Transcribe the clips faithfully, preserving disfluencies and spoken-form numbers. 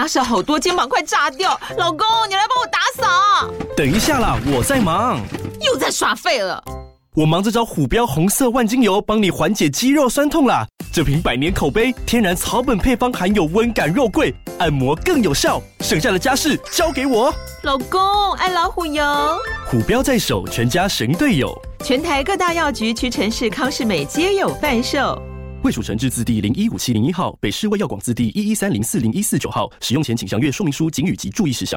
家是好多，肩膀快炸掉。老公，你来帮我打扫。 等一下啦，我在忙。 又在耍废了。 我忙着找虎标红色万金油，帮你缓解肌肉酸痛啦。这瓶百年口碑，天然草本配方，含有温感肉桂，按摩更有效。剩下的家事交给我。 老公，爱老虎油。 虎标在手，全家神队友。 全台各大药局、屈臣氏、康是美皆有贩售。 卫署成字字第零一五七零一号，北市卫药广字第一一三零四零一四九号。使用前请详阅说明书、警语及注意事项。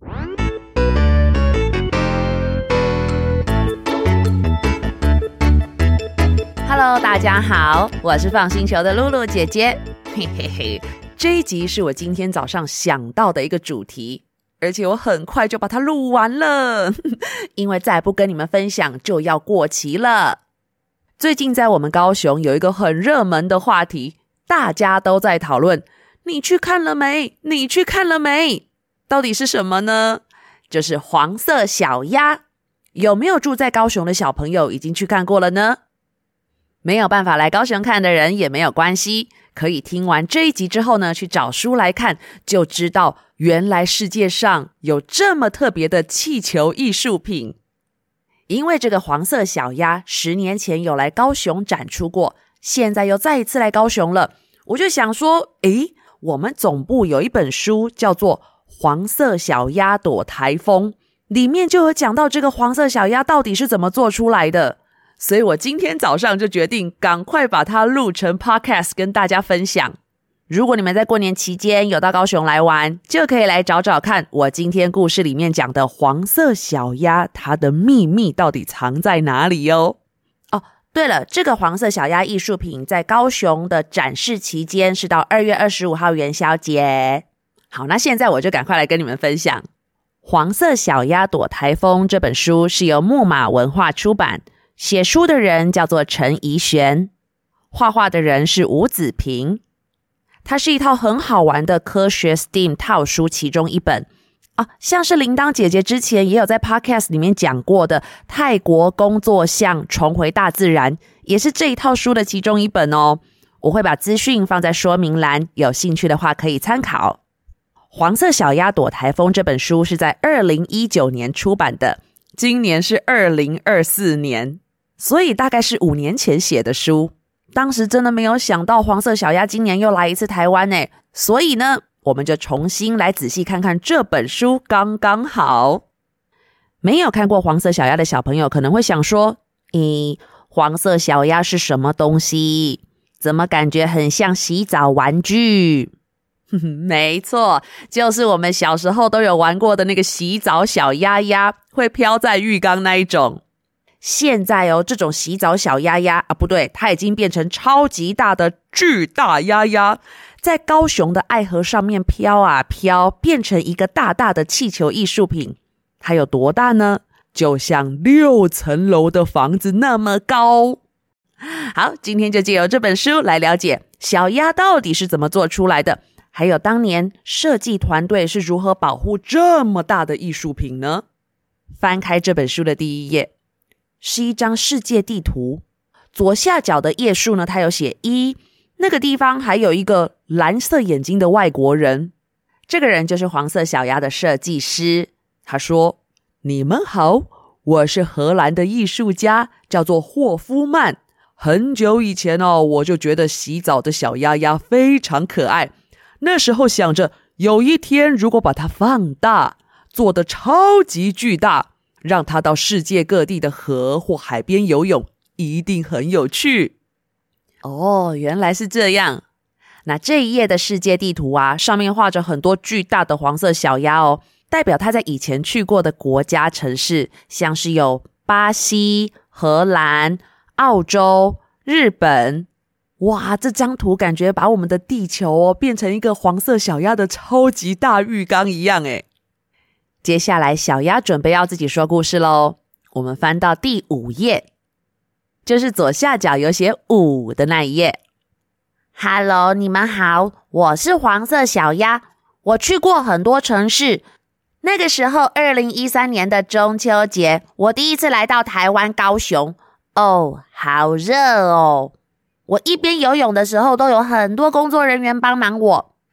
Hello， 大家好，我是放星球的露露姐姐。嘿嘿嘿，这一集是我今天早上想到的一个主题，而且我很快就把它录完了，因为再不跟你们分享就要过期了。最近在我们高雄有一个很热门的话题，大家都在讨论，你去看了没？你去看了没？到底是什么呢？就是黄色小鸭。有没有住在高雄的小朋友已经去看过了呢？没有办法来高雄看的人也没有关系，可以听完这一集之后呢，去找书来看，就知道原来世界上有这么特别的气球艺术品。因为这个黄色小鸭十年前有来高雄展出过，现在又再一次来高雄了，我就想说，诶，我们总部有一本书叫做《黄色小鸭躲台风》，里面就有讲到这个黄色小鸭到底是怎么做出来的。所以我今天早上就决定赶快把它录成 podcast 跟大家分享。如果你们在过年期间有到高雄来玩，就可以来找找看我今天故事里面讲的黄色小鸭，它的秘密到底藏在哪里哦。哦，对了，这个黄色小鸭艺术品在高雄的展示期间是到二月二十五号元宵节。好，那现在我就赶快来跟你们分享。黄色小鸭躲台风这本书是由木马文化出版，写书的人叫做陈怡璇，画画的人是吴子平。它是一套很好玩的科学 S T E A M 套书其中一本啊，像是铃铛姐姐之前也有在 podcast 里面讲过的泰国工作象重回大自然，也是这一套书的其中一本哦。我会把资讯放在说明栏，有兴趣的话可以参考。黄色小鸭躲台风这本书是在二零一九年出版的，今年是二零二四年，所以大概是五年前写的书。当时真的没有想到黄色小鸭今年又来一次台湾耶，所以呢，我们就重新来仔细看看这本书刚刚好。没有看过黄色小鸭的小朋友可能会想说，咦，黄色小鸭是什么东西？怎么感觉很像洗澡玩具？没错，就是我们小时候都有玩过的那个洗澡小鸭鸭，会飘在浴缸那一种。现在哦，这种洗澡小鸭鸭啊，不对，它已经变成超级大的巨大鸭鸭，在高雄的爱河上面飘啊飘，变成一个大大的气球艺术品。它有多大呢？就像六层楼的房子那么高。好，今天就借由这本书来了解小鸭到底是怎么做出来的，还有当年设计团队是如何保护这么大的艺术品呢？翻开这本书的第一页，是一张世界地图，左下角的页数呢，它有写一，那个地方还有一个蓝色眼睛的外国人，这个人就是黄色小鸭的设计师。他说，你们好，我是荷兰的艺术家，叫做霍夫曼。很久以前哦，我就觉得洗澡的小鸭鸭非常可爱，那时候想着有一天如果把它放大，做得超级巨大，让它到世界各地的河或海边游泳，一定很有趣。哦，原来是这样。那这一页的世界地图啊，上面画着很多巨大的黄色小鸭哦，代表他在以前去过的国家城市，像是有巴西、荷兰、澳洲、日本。哇，这张图感觉把我们的地球哦变成一个黄色小鸭的超级大浴缸一样诶。接下来小鸭准备要自己说故事咯，我们翻到第五页，就是左下角有写五的那一页。Hello， 你们好，我是黄色小鸭，我去过很多城市。那个时候二零一三年的中秋节，我第一次来到台湾高雄。哦，好热哦。我一边游泳的时候都有很多工作人员帮忙我啊，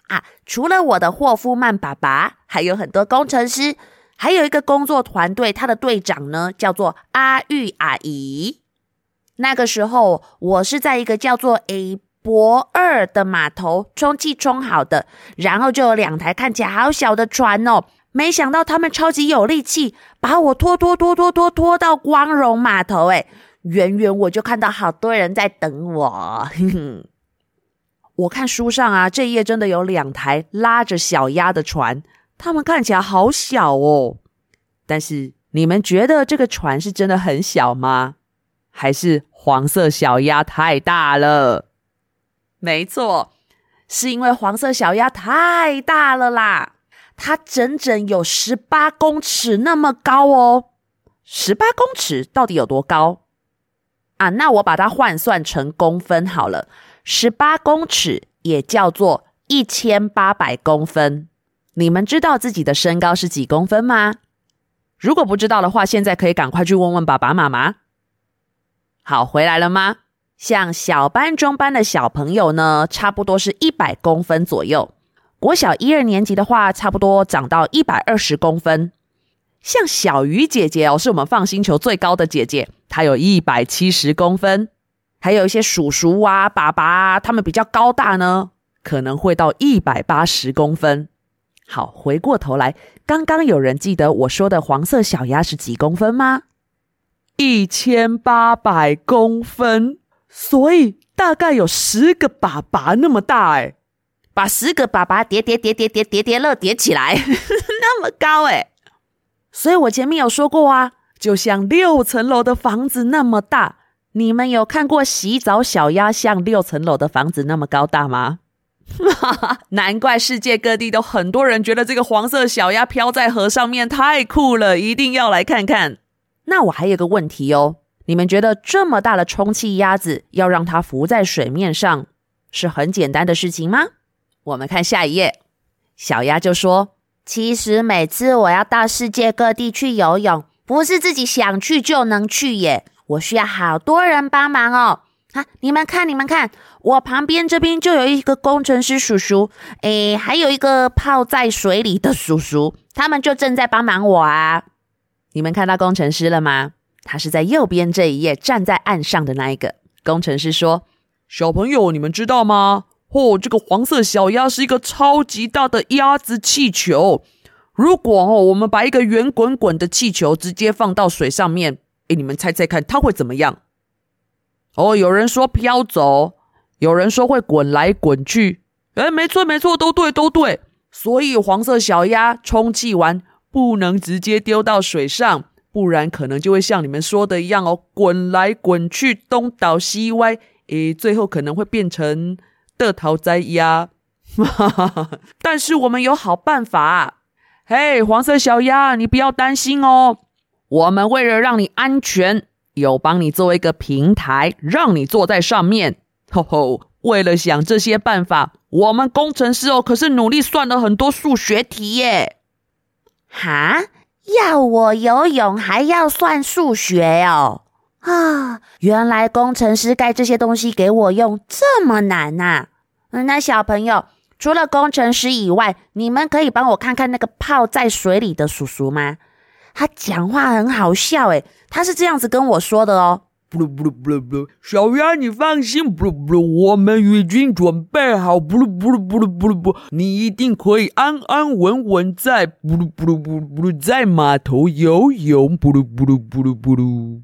除了我的霍夫曼爸爸，还有很多工程师，还有一个工作团队，他的队长呢叫做阿玉阿姨。那个时候我是在一个叫做 A 博二的码头，充气充好的，然后就有两台看起来好小的船哦，没想到他们超级有力气，把我拖拖拖拖拖拖到光荣码头。诶，远远我就看到好多人在等我。我看书上啊，这一页真的有两台拉着小鸭的船，他们看起来好小哦。但是你们觉得这个船是真的很小吗？还是黄色小鸭太大了？没错，是因为黄色小鸭太大了啦，它整整有十八公尺那么高哦。十八公尺到底有多高啊？那我把它换算成公分好了，十八公尺也叫做一千八百公分。你们知道自己的身高是几公分吗？如果不知道的话，现在可以赶快去问问爸爸妈妈。好，回来了吗？像小班中班的小朋友呢，差不多是一百公分左右。国小一二年级的话，差不多长到一百二十公分。像小鱼姐姐哦，是我们放星球最高的姐姐，她有一百七十公分。还有一些叔叔啊、爸爸啊，他们比较高大呢，可能会到一百八十公分。好，回过头来，刚刚有人记得我说的黄色小鸭是几公分吗？一千八百公分，所以大概有十个爸爸那么大诶，把十个爸爸叠叠叠叠叠叠叠乐叠起来，那么高诶。所以我前面有说过啊，就像六层楼的房子那么大。你们有看过洗澡小鸭像六层楼的房子那么高大吗？难怪世界各地都很多人觉得这个黄色小鸭飘在河上面太酷了，一定要来看看。那我还有个问题哦，你们觉得这么大的充气鸭子要让它浮在水面上是很简单的事情吗？我们看下一页，小鸭就说，其实每次我要到世界各地去游泳，不是自己想去就能去耶，我需要好多人帮忙哦。啊，你们看你们看，我旁边这边就有一个工程师叔叔，诶，还有一个泡在水里的叔叔，他们就正在帮忙我啊。你们看到工程师了吗？他是在右边这一页站在岸上的那一个。工程师说，小朋友你们知道吗？哦，这个黄色小鸭是一个超级大的鸭子气球。如果哦，我们把一个圆滚滚的气球直接放到水上面，诶，你们猜猜看它会怎么样？哦，有人说飘走，有人说会滚来滚去。诶，没错没错，都对都对。所以黄色小鸭充气完不能直接丢到水上，不然可能就会像你们说的一样哦，滚来滚去，东倒西歪，诶，最后可能会变成的桃栽鸭。但是我们有好办法。嘿，黄色小鸭，你不要担心哦，我们为了让你安全，有帮你做一个平台，让你坐在上面。吼吼，为了想这些办法，我们工程师哦，可是努力算了很多数学题耶。哈？要我游泳还要算数学哦？啊，原来工程师盖这些东西给我用这么难啊。嗯，那小朋友，除了工程师以外，你们可以帮我看看那个泡在水里的叔叔吗？他讲话很好笑诶，他是这样子跟我说的哦。布鲁布鲁布鲁布鲁，小鸭你放心，布鲁布鲁，我们已经准备好，布鲁布鲁布鲁布鲁布，你一定可以安安稳稳在布鲁布鲁布鲁布鲁在码头游泳，布鲁布鲁布鲁布鲁。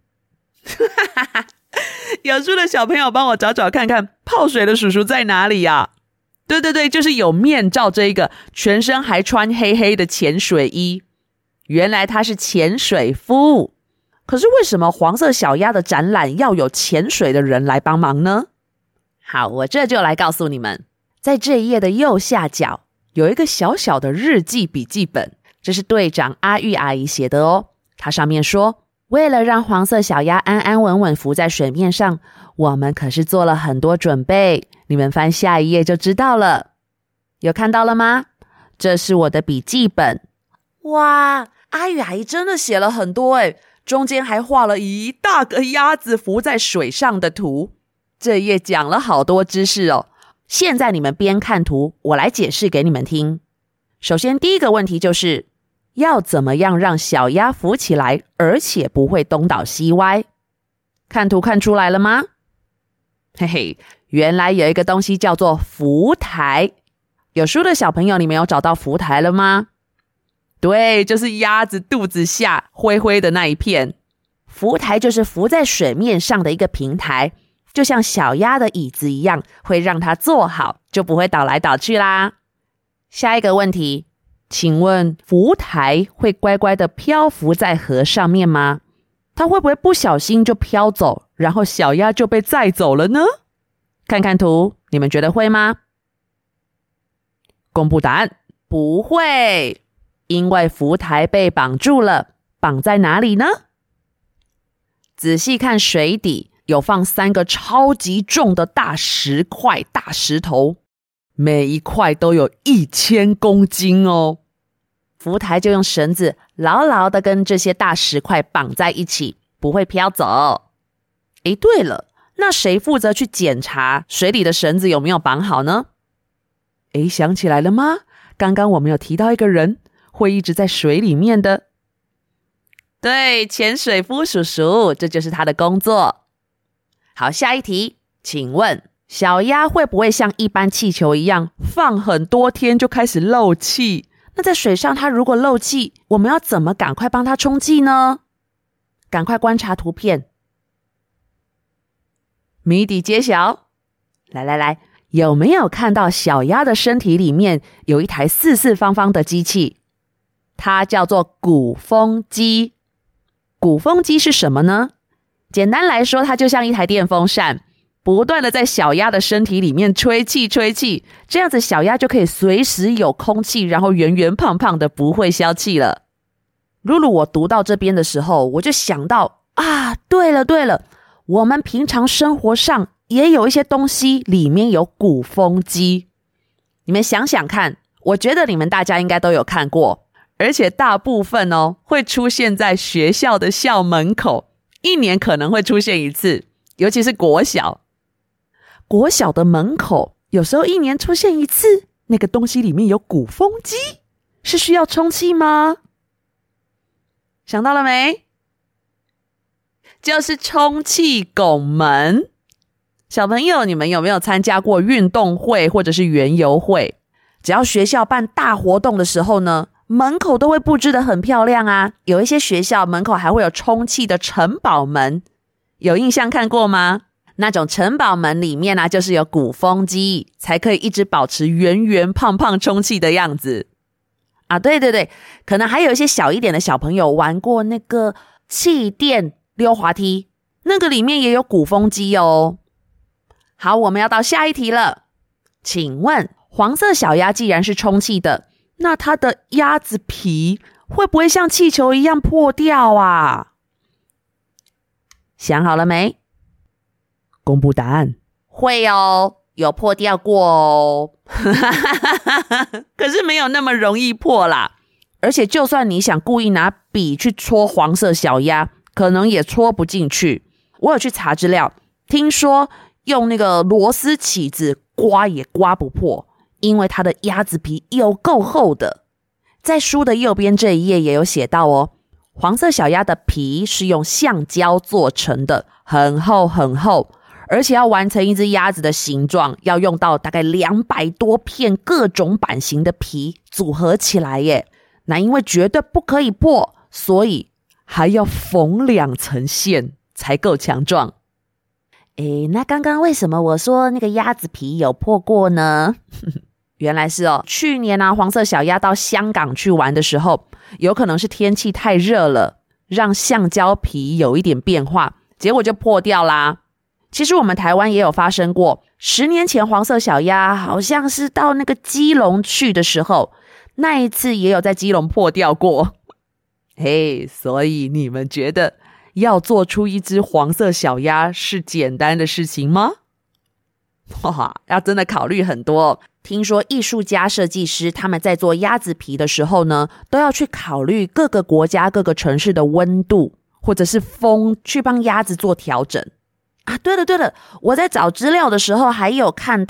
有书的小朋友帮我找找看看，泡水的叔叔在哪里呀？对对对，就是有面罩这一个，全身还穿黑黑的潜水衣。原来他是潜水夫。可是为什么黄色小鸭的展览要有潜水的人来帮忙呢？好，我这就来告诉你们。在这一页的右下角有一个小小的日记笔记本，这是队长阿玉阿姨写的哦。它上面说，为了让黄色小鸭安安稳稳浮在水面上，我们可是做了很多准备。你们翻下一页就知道了。有看到了吗？这是我的笔记本。哇，阿玉阿姨真的写了很多诶，中间还画了一大个鸭子浮在水上的图。这页讲了好多知识哦， 现在你们边看图，我来解释给你们听。首先第一个问题就是要怎么样让小鸭浮起来，而且不会东倒西歪？看图看出来了吗？嘿嘿，原来有一个东西叫做浮台。有书的小朋友，你们有找到浮台了吗？对，就是鸭子肚子下灰灰的那一片。浮台就是浮在水面上的一个平台，就像小鸭的椅子一样，会让它坐好，就不会倒来倒去啦。下一个问题，请问浮台会乖乖的漂浮在河上面吗？它会不会不小心就飘走，然后小鸭就被载走了呢？看看图，你们觉得会吗？公布答案，不会，因为浮台被绑住了。绑在哪里呢？仔细看水底，有放三个超级重的大石块、大石头，每一块都有一千公斤哦。浮台就用绳子牢牢的跟这些大石块绑在一起，不会飘走。诶，对了，那谁负责去检查水里的绳子有没有绑好呢？诶，想起来了吗？刚刚我们有提到一个人会一直在水里面的。对，潜水夫叔叔，这就是他的工作。好，下一题，请问小鸭会不会像一般气球一样放很多天就开始漏气？那在水上它如果漏气，我们要怎么赶快帮它充气呢？赶快观察图片。谜底揭晓。来来来，有没有看到小鸭的身体里面有一台四四方方的机器？它叫做鼓风机。鼓风机是什么呢？简单来说，它就像一台电风扇，不断的在小鸭的身体里面吹气吹气，这样子小鸭就可以随时有空气，然后圆圆胖胖的，不会消气了。露露，我读到这边的时候，我就想到啊，对了对了，我们平常生活上也有一些东西里面有鼓风机。你们想想看，我觉得你们大家应该都有看过，而且大部分哦会出现在学校的校门口，一年可能会出现一次，尤其是国小。国小的门口有时候一年出现一次，那个东西里面有鼓风机，是需要充气吗？想到了没？就是充气拱门。小朋友，你们有没有参加过运动会或者是园游会？只要学校办大活动的时候呢，门口都会布置得很漂亮啊，有一些学校门口还会有充气的城堡门，有印象看过吗？那种城堡门里面啊，就是有鼓风机，才可以一直保持圆圆胖胖充气的样子啊。对对对，可能还有一些小一点的小朋友玩过那个气垫溜滑梯，那个里面也有鼓风机哦。好，我们要到下一题了。请问黄色小鸭既然是充气的，那它的鸭子皮会不会像气球一样破掉啊？想好了没？公布答案。会哦，有破掉过哦。可是没有那么容易破啦。而且就算你想故意拿笔去戳黄色小鸭，可能也戳不进去。我有去查资料，听说用那个螺丝起子刮也刮不破，因为它的鸭子皮有够厚的。在书的右边这一页也有写到哦，黄色小鸭的皮是用橡胶做成的，很厚很厚，而且要完成一只鸭子的形状，要用到大概两百多片各种版型的皮组合起来耶。那因为绝对不可以破，所以还要缝两层线才够强壮。诶，那刚刚为什么我说那个鸭子皮有破过呢？原来是哦，去年啊，黄色小鸭到香港去玩的时候，有可能是天气太热了，让橡胶皮有一点变化，结果就破掉啦。其实我们台湾也有发生过，十年前黄色小鸭好像是到那个基隆去的时候，那一次也有在基隆破掉过。嘿，所以你们觉得要做出一只黄色小鸭是简单的事情吗？哇，要真的考虑很多。听说艺术家设计师他们在做鸭子皮的时候呢，都要去考虑各个国家各个城市的温度或者是风，去帮鸭子做调整啊。对了对了，我在找资料的时候还有看到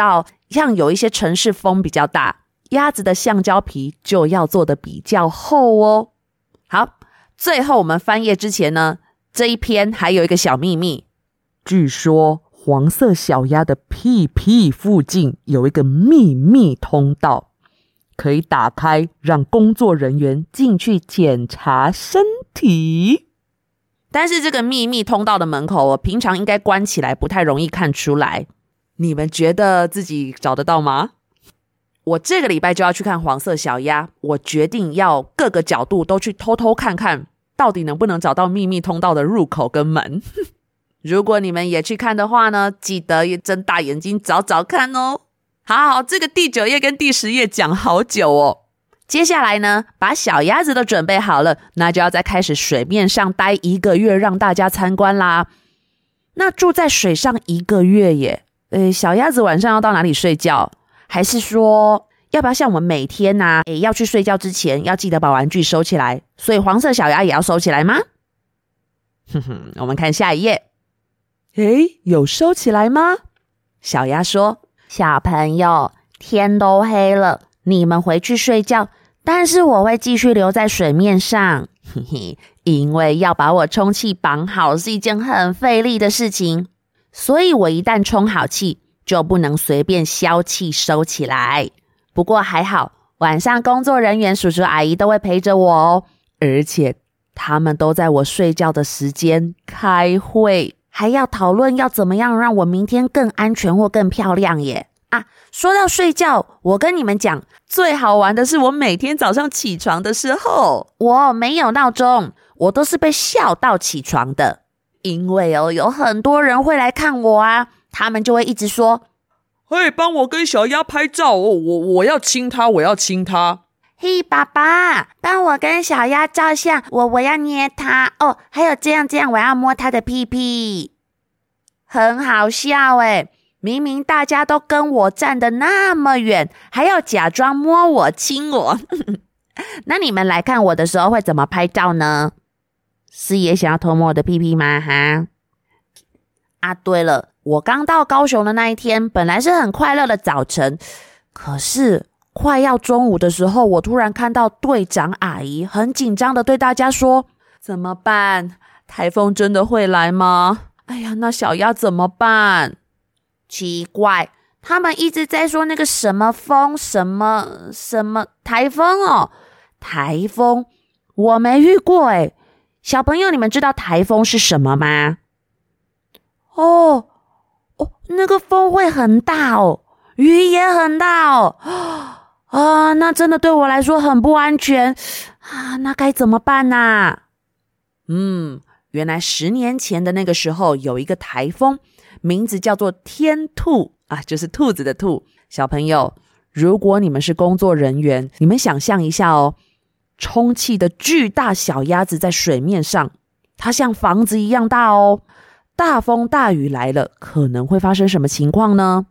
像有一些城市风比较大，鸭子的橡胶皮就要做得比较厚哦。好，最后我们翻页之前呢，这一篇还有一个小秘密。据说黄色小鸭的屁屁附近有一个秘密通道，可以打开让工作人员进去检查身体。但是这个秘密通道的门口，我平常应该关起来，不太容易看出来。你们觉得自己找得到吗？我这个礼拜就要去看黄色小鸭，我决定要各个角度都去偷偷看看，到底能不能找到秘密通道的入口跟门。如果你们也去看的话呢，记得也睁大眼睛找找看哦。好好，这个第九页跟第十页讲好久哦。接下来呢，把小鸭子都准备好了，那就要再开始水面上待一个月，让大家参观啦。那住在水上一个月耶，呃，小鸭子晚上要到哪里睡觉？还是说要不要像我们每天啊，诶，要去睡觉之前要记得把玩具收起来，所以黄色小鸭也要收起来吗？哼哼，我们看下一页。诶，有收起来吗？小鸭说，小朋友，天都黑了，你们回去睡觉，但是我会继续留在水面上，嘿嘿，因为要把我充气绑好是一件很费力的事情，所以我一旦充好气，就不能随便消气收起来。不过还好，晚上工作人员叔叔阿姨都会陪着我哦，而且他们都在我睡觉的时间开会，还要讨论要怎么样让我明天更安全或更漂亮耶。啊，说到睡觉，我跟你们讲，最好玩的是我每天早上起床的时候，我没有闹钟，我都是被笑到起床的。因为哦，有很多人会来看我啊，他们就会一直说，嘿，帮我跟小鸭拍照哦，我我要亲它，我要亲它。嘿，爸爸，帮我跟小鸭照相，我我要捏它哦，还有这样这样，我要摸它的屁屁。很好笑诶，明明大家都跟我站得那么远，还要假装摸我亲我。那你们来看我的时候会怎么拍照呢？是也想要偷摸我的屁屁吗？哈！啊，对了，我刚到高雄的那一天，本来是很快乐的早晨，可是快要中午的时候，我突然看到队长阿姨很紧张的对大家说，怎么办？台风真的会来吗？哎呀，那小鸭怎么办？奇怪，他们一直在说那个什么风，什么什么台风哦，台风我没遇过诶。小朋友，你们知道台风是什么吗？哦哦，那个风会很大哦，雨也很大哦，啊，那真的对我来说很不安全啊，那该怎么办啊？嗯，原来十年前的那个时候有一个台风，名字叫做天兔啊，就是兔子的兔。小朋友，如果你们是工作人员，你们想象一下哦，充气的巨大小鸭子在水面上，它像房子一样大哦。大风大雨来了，可能会发生什么情况呢？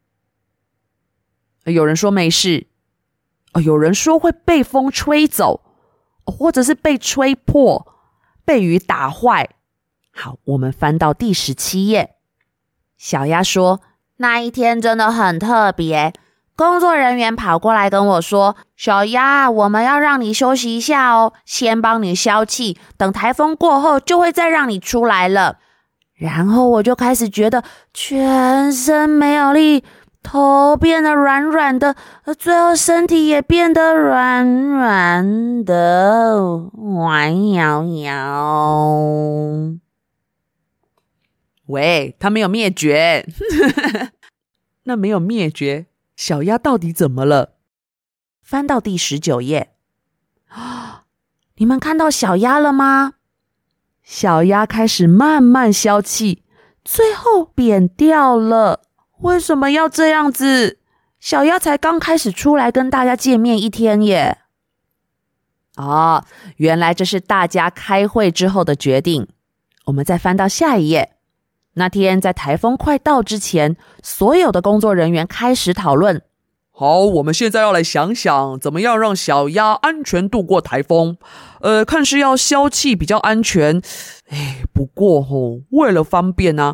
有人说没事，有人说会被风吹走，或者是被吹破，被雨打坏。好，我们翻到第十七页。小鸭说，那一天真的很特别，工作人员跑过来跟我说，小鸭，我们要让你休息一下哦，先帮你消气，等台风过后就会再让你出来了。然后我就开始觉得全身没有力，头变得软软的，最后身体也变得软软的，弯摇摇。喂，它没有灭绝。那没有灭绝，小鸭到底怎么了？翻到第十九页。你们看到小鸭了吗？小鸭开始慢慢消气，最后扁掉了。为什么要这样子？小鸭才刚开始出来跟大家见面一天耶。哦，原来这是大家开会之后的决定。我们再翻到下一页。那天在台风快到之前，所有的工作人员开始讨论。好，我们现在要来想想怎么样让小鸭安全度过台风。呃，看是要消气比较安全。哎，不过吼、哦，为了方便啊，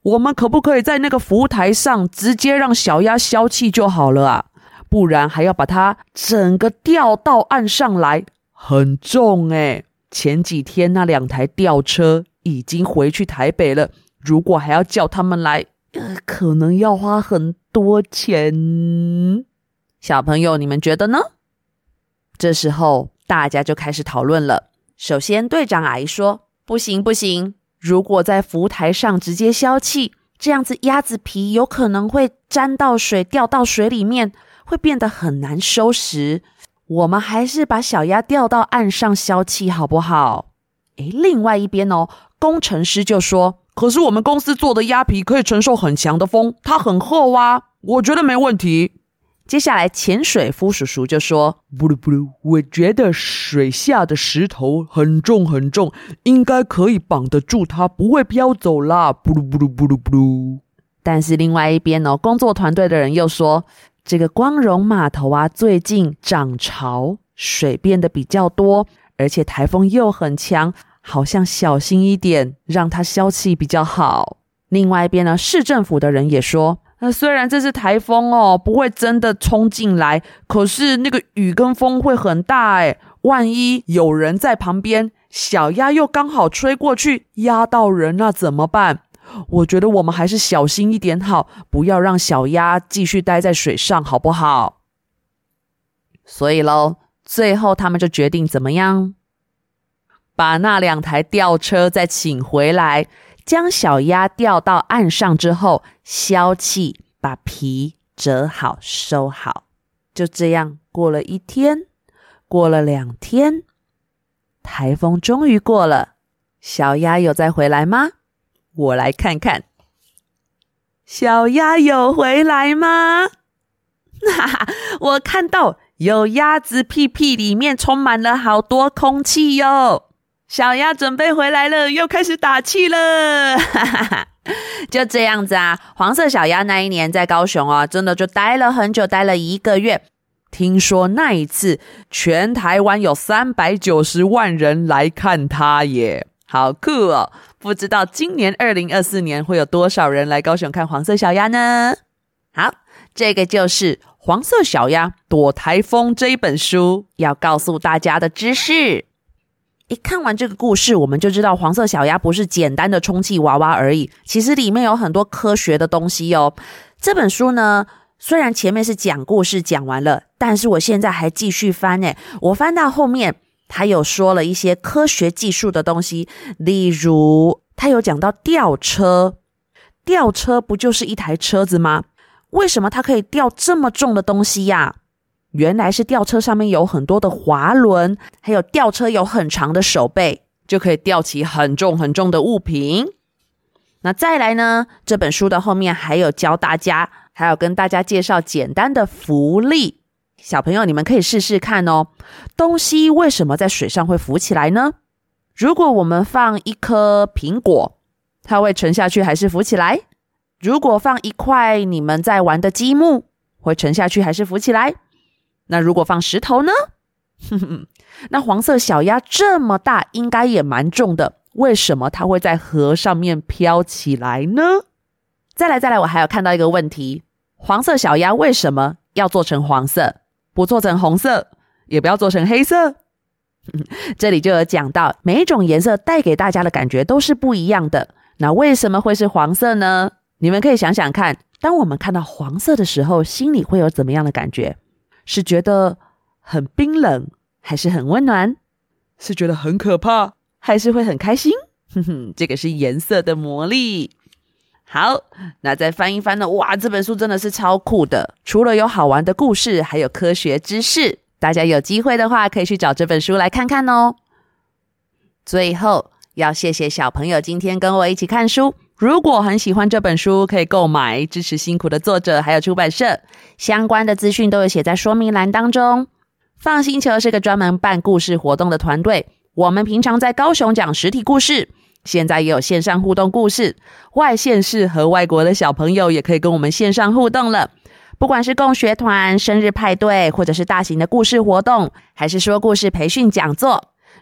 我们可不可以在那个浮台上直接让小鸭消气就好了啊？不然还要把它整个吊到岸上来，很重诶。前几天那两台吊车已经回去台北了，如果还要叫他们来，呃，可能要花很多钱。小朋友，你们觉得呢？这时候大家就开始讨论了。首先队长阿姨说，不行不行，如果在浮台上直接消气，这样子鸭子皮有可能会沾到水，掉到水里面，会变得很难收拾。我们还是把小鸭吊到岸上消气好不好？诶，另外一边哦，工程师就说，可是我们公司做的鸭皮可以承受很强的风，它很厚啊，我觉得没问题。接下来潜水夫叔叔就说，不噜不噜，我觉得水下的石头很重很重，应该可以绑得住它，不会飘走啦，不噜不噜不噜不噜。但是另外一边哦，工作团队的人又说，这个光荣码头啊，最近涨潮，水变得比较多，而且台风又很强，好像小心一点，让它消气比较好。另外一边呢，市政府的人也说，呃，虽然这是台风哦，不会真的冲进来，可是那个雨跟风会很大诶，万一有人在旁边，小鸭又刚好吹过去，压到人，那怎么办？我觉得我们还是小心一点好，不要让小鸭继续待在水上，好不好？所以咯，最后他们就决定怎么样？把那两台吊车再请回来，将小鸭吊到岸上之后，消气，把皮折好收好。就这样过了一天，过了两天，台风终于过了，小鸭有再回来吗？我来看看，小鸭有回来吗？哈哈，我看到有鸭子屁屁里面充满了好多空气哟。小鸭准备回来了，又开始打气了。哈哈哈，就这样子啊，黄色小鸭那一年在高雄啊，真的就待了很久，待了一个月。听说那一次全台湾有三百九十万人来看它耶，好酷哦。不知道今年二零二四年会有多少人来高雄看黄色小鸭呢？好，这个就是黄色小鸭躲台风这一本书要告诉大家的知识。一看完这个故事，我们就知道黄色小鸭不是简单的充气娃娃而已，其实里面有很多科学的东西哦。这本书呢，虽然前面是讲故事讲完了，但是我现在还继续翻耶，我翻到后面他有说了一些科学技术的东西，例如他有讲到吊车，吊车不就是一台车子吗？为什么它可以吊这么重的东西呀？原来是吊车上面有很多的滑轮，还有吊车有很长的手背，就可以吊起很重很重的物品。那再来呢，这本书的后面还有教大家，还有跟大家介绍简单的浮力。小朋友你们可以试试看哦，东西为什么在水上会浮起来呢？如果我们放一颗苹果，它会沉下去还是浮起来？如果放一块你们在玩的积木，会沉下去还是浮起来？那如果放石头呢？那黄色小鸭这么大，应该也蛮重的，为什么它会在河上面飘起来呢？再来再来，我还有看到一个问题，黄色小鸭为什么要做成黄色，不做成红色，也不要做成黑色？这里就有讲到，每一种颜色带给大家的感觉都是不一样的，那为什么会是黄色呢？你们可以想想看，当我们看到黄色的时候，心里会有怎么样的感觉？是觉得很冰冷，还是很温暖？是觉得很可怕，还是会很开心？哼哼，这个是颜色的魔力。好，那再翻一翻呢，哇，这本书真的是超酷的，除了有好玩的故事，还有科学知识，大家有机会的话可以去找这本书来看看哦。最后要谢谢小朋友今天跟我一起看书，如果很喜欢这本书，可以购买，支持辛苦的作者还有出版社，相关的资讯都有写在说明栏当中。放星球是个专门办故事活动的团队，我们平常在高雄讲实体故事，现在也有线上互动故事，外县市和外国的小朋友也可以跟我们线上互动了。不管是共学团、生日派对，或者是大型的故事活动，还是说故事培训讲座，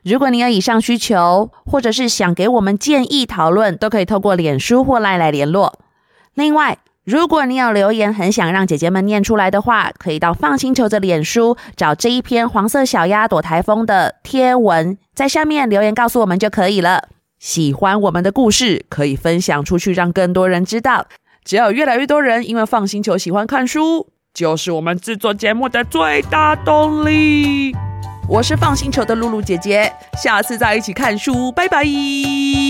如果你有以上需求，或者是想给我们建议讨论，都可以透过脸书或 LINE 来联络。另外，如果你有留言很想让姐姐们念出来的话，可以到放星球的脸书找这一篇黄色小鸭躲台风的贴文，在下面留言告诉我们就可以了。喜欢我们的故事，可以分享出去让更多人知道。只要有越来越多人因为放星球喜欢看书，就是我们制作节目的最大动力。我是放星球的露露姐姐，下次再一起看书，拜拜。